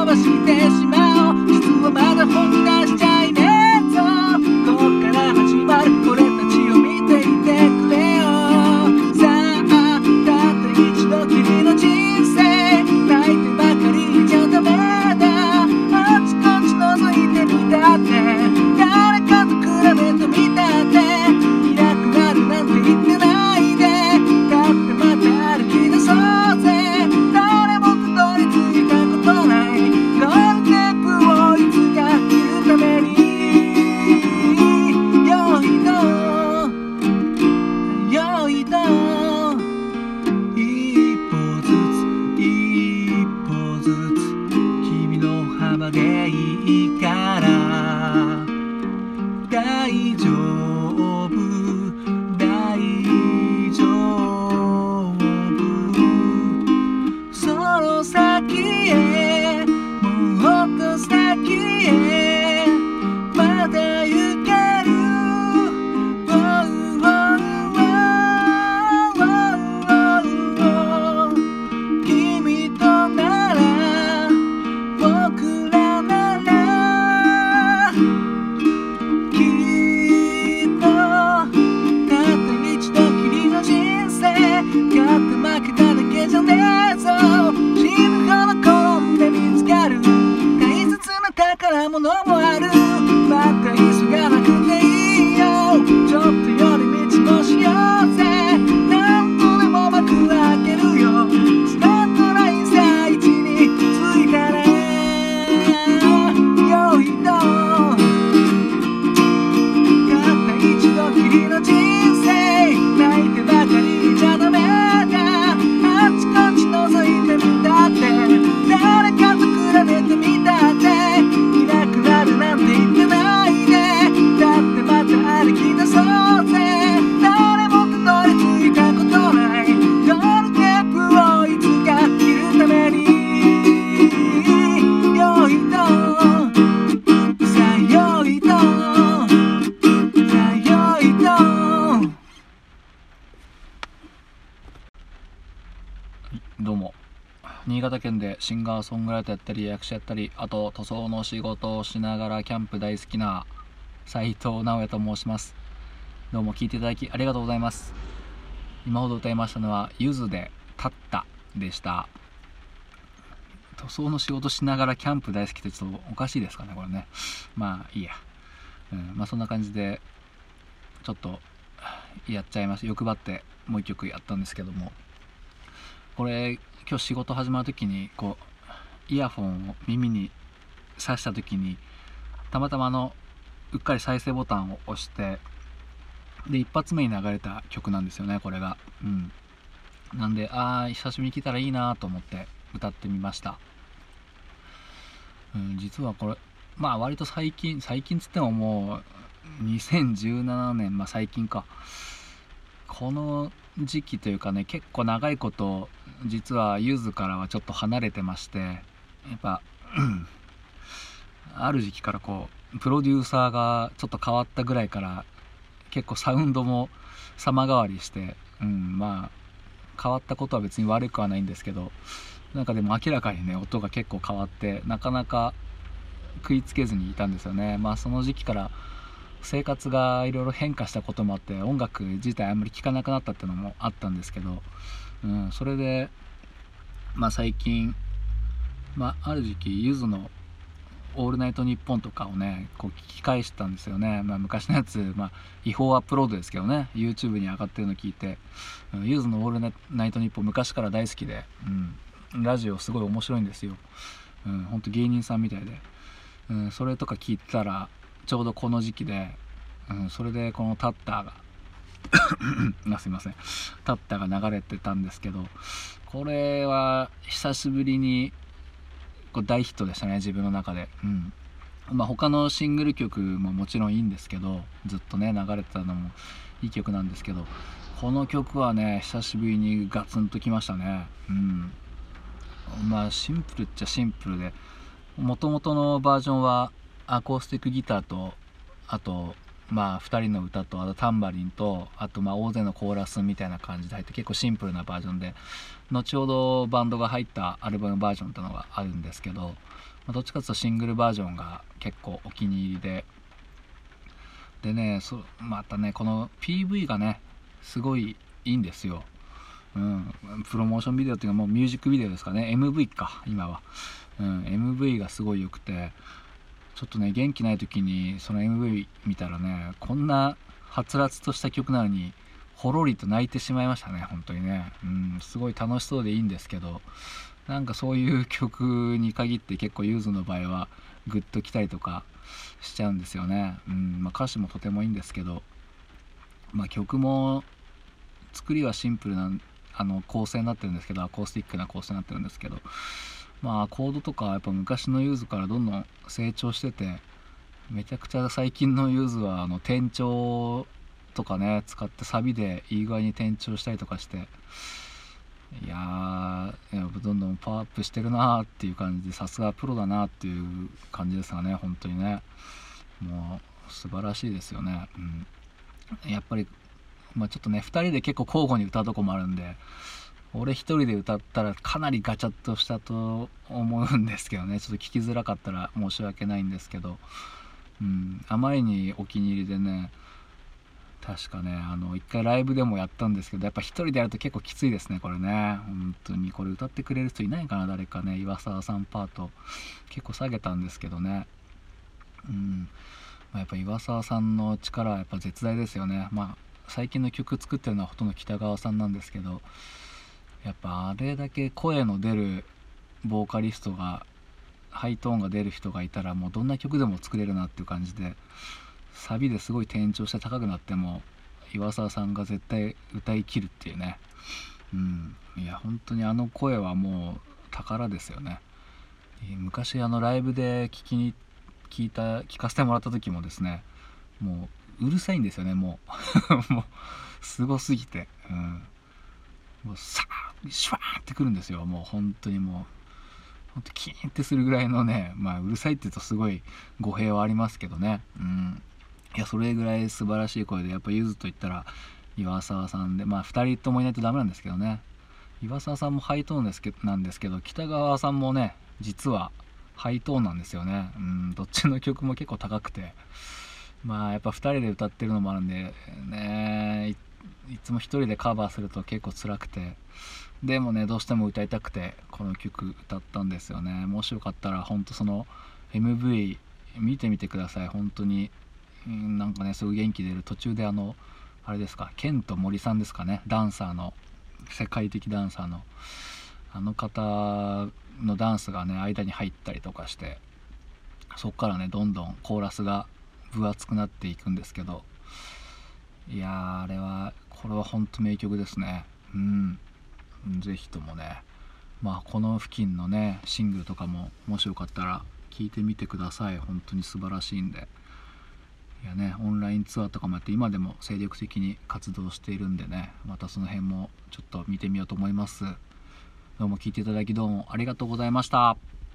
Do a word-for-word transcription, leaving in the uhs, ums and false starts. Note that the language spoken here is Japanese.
ばしてしまおう。実はまだ本気出しちゃいねえぞ。こっから始まる俺たちを見ていてくれよ。さあたった一度きりの人生、泣いてばかりじゃダメだ。あちこち覗いてみたって、誰かと比べてみたって、いなくなるなんて言ってないで。だってまた歩き出そうぜ。誰もたどり着いたことないゴールテープをいつか切るために、よいとよいと一歩ずつ一歩ずつ、君の幅でいいから大丈夫大丈夫。その先へもっと先へまだ行ける。君となら僕らならきっと、たった一度きりの人生、勝って負けただけじゃねえぞ。死ぬほど転んで見つかる大切な宝物もある。また急がなくていいよ、ちょっと寄り道もしようぜ。何度でも幕開けるよ、スタートラインさ位置に着いたらよいと。たった一度きりの人生、泣いてばかりじゃダメだ。あちこち覗いてみたって、誰かと比べてみたって、いなくなるなんて言ってないで。だってまた歩き出そうぜ。誰もたどり着いたことないゴールテープをいつか切るために、よいとさよいとさよいと。どうも、新潟県でシンガーソングライターやったり役者やったり、あと塗装の仕事をしながらキャンプ大好きな斉藤直也と申します。どうも聞いていただきありがとうございます。今ほど歌いましたのはゆずで立ったでした。塗装の仕事しながらキャンプ大好きってちょっとおかしいですかねこれね。まあいいや、うん、まあそんな感じでちょっとやっちゃいました。欲張ってもう一曲やったんですけども、これ今日仕事始まる時にこうイヤホンを耳に挿した時にたまたまあのうっかり再生ボタンを押して、で一発目に流れた曲なんですよねこれが。うんなんで、ああ久しぶりに聴いたらいいなと思って歌ってみました。うん、実はこれまあ割と最近最近つってももうにせんじゅうななねん、まあ最近か、この時期というかね、結構長いこと実はゆずからはちょっと離れてまして、やっぱある時期からこうプロデューサーがちょっと変わったぐらいから結構サウンドも様変わりして、うん、まあ変わったことは別に悪くはないんですけど、なんかでも明らかにね音が結構変わってなかなか食いつけずにいたんですよね。まあその時期から生活がいろいろ変化したこともあって音楽自体あんまり聴かなくなったっていうのもあったんですけど、うん、それでまあ最近、まあ、ある時期ゆずのオールナイトニッポンとかをねこう聞き返したんですよね。まあ、昔のやつ、まあ、違法アップロードですけどね YouTube に上がってるの聞いて、ゆずのオールナイトニッポン昔から大好きで、うん、ラジオすごい面白いんですよ。うん、ほんと芸人さんみたいで、うん、それとか聞いてたらちょうどこの時期で、うん、それでこのタッターがあすいませんタッターが流れてたんですけど、これは久しぶりにこう大ヒットでしたね自分の中で。うんまあ、他のシングル曲ももちろんいいんですけど、ずっとね流れてたのもいい曲なんですけど、この曲はね久しぶりにガツンときましたね。うんまあシンプルっちゃシンプルで、もともとのバージョンはアコースティックギターとあとまあふたりの歌とあとタンバリンとあとまあ大勢のコーラスみたいな感じで入って結構シンプルなバージョンで、後ほどバンドが入ったアルバムバージョンっていうのがあるんですけど、まあ、どっちかというとシングルバージョンが結構お気に入りで、でねそまたねこの ピーブイ がねすごいいいんですよ。うん、プロモーションビデオっていうかもうミュージックビデオですかね、 エムブイ か今は、うん、エムブイ がすごい良くて、ちょっとね元気ない時にその エムブイ 見たらね、こんなはつらつとした曲なのにほろりと泣いてしまいましたね本当にね。うん、すごい楽しそうでいいんですけど、なんかそういう曲に限って結構ユーズの場合はグッときたりとかしちゃうんですよね。うんまあ、歌詞もとてもいいんですけど、まあ、曲も作りはシンプルなあの構成になってるんですけど、アコースティックな構成になってるんですけど、まあコードとかやっぱ昔のユーズからどんどん成長してて、めちゃくちゃ最近のユーズはあの転調とかね使ってサビでいい具合に転調したりとかして、いやーやっぱどんどんパワーアップしてるなーっていう感じで、さすがプロだなっていう感じですがね、本当にねもう素晴らしいですよね。うん、やっぱりまあちょっとねふたりで結構交互に歌うとこもあるんで、俺一人で歌ったらかなりガチャッとしたと思うんですけどね、ちょっと聞きづらかったら申し訳ないんですけど、うん、あまりにお気に入りでね、確かねあの一回ライブでもやったんですけど、やっぱ一人でやると結構きついですねこれね。本当にこれ歌ってくれる人いないかな、誰かね。岩沢さんパート結構下げたんですけどね。うんまあ、やっぱ岩沢さんの力はやっぱ絶大ですよね。まあ最近の曲作ってるのはほとんど北川さんなんですけど、やっぱあれだけ声の出るボーカリストが、ハイトーンが出る人がいたらもうどんな曲でも作れるなっていう感じで、サビですごい転調して高くなっても岩沢さんが絶対歌い切るっていうね。うんいや本当にあの声はもう宝ですよね。昔あのライブで聞きに聞いた聞かせてもらった時もですね、もううるさいんですよね。もうもうすごすぎて、うん、もうさーシュワーってくるんですよ。もう本当にもう本当キーンってするぐらいのね、まあうるさいって言うとすごい語弊はありますけどね。うんいやそれぐらい素晴らしい声で、やっぱゆずといったら岩沢さんで、まあふたりともいないとダメなんですけどね。岩沢さんもハイトーンですけなんですけど、北川さんもね実はハイトーンなんですよね。うんどっちの曲も結構高くて、まあやっぱふたりで歌ってるのもあるんでね、い, いつもひとりでカバーすると結構辛くて、でもねどうしても歌いたくてこの曲歌ったんですよね。もしよかったら本当その エムブイ 見てみてください。本当にうんなんかねすごい元気出る。途中であのあれですか、ケント森さんですかね、ダンサーの世界的ダンサーのあの方のダンスがね間に入ったりとかして、そっからねどんどんコーラスが分厚くなっていくんですけど、いやーあれはこれは本当名曲ですね。うんぜひともね、まあこの付近のねシングルとかももしよかったら聴いてみてください。本当に素晴らしいんで。いやね、オンラインツアーとかもやって今でも精力的に活動しているんでね、またその辺もちょっと見てみようと思います。どうも聞いていただきどうもありがとうございました。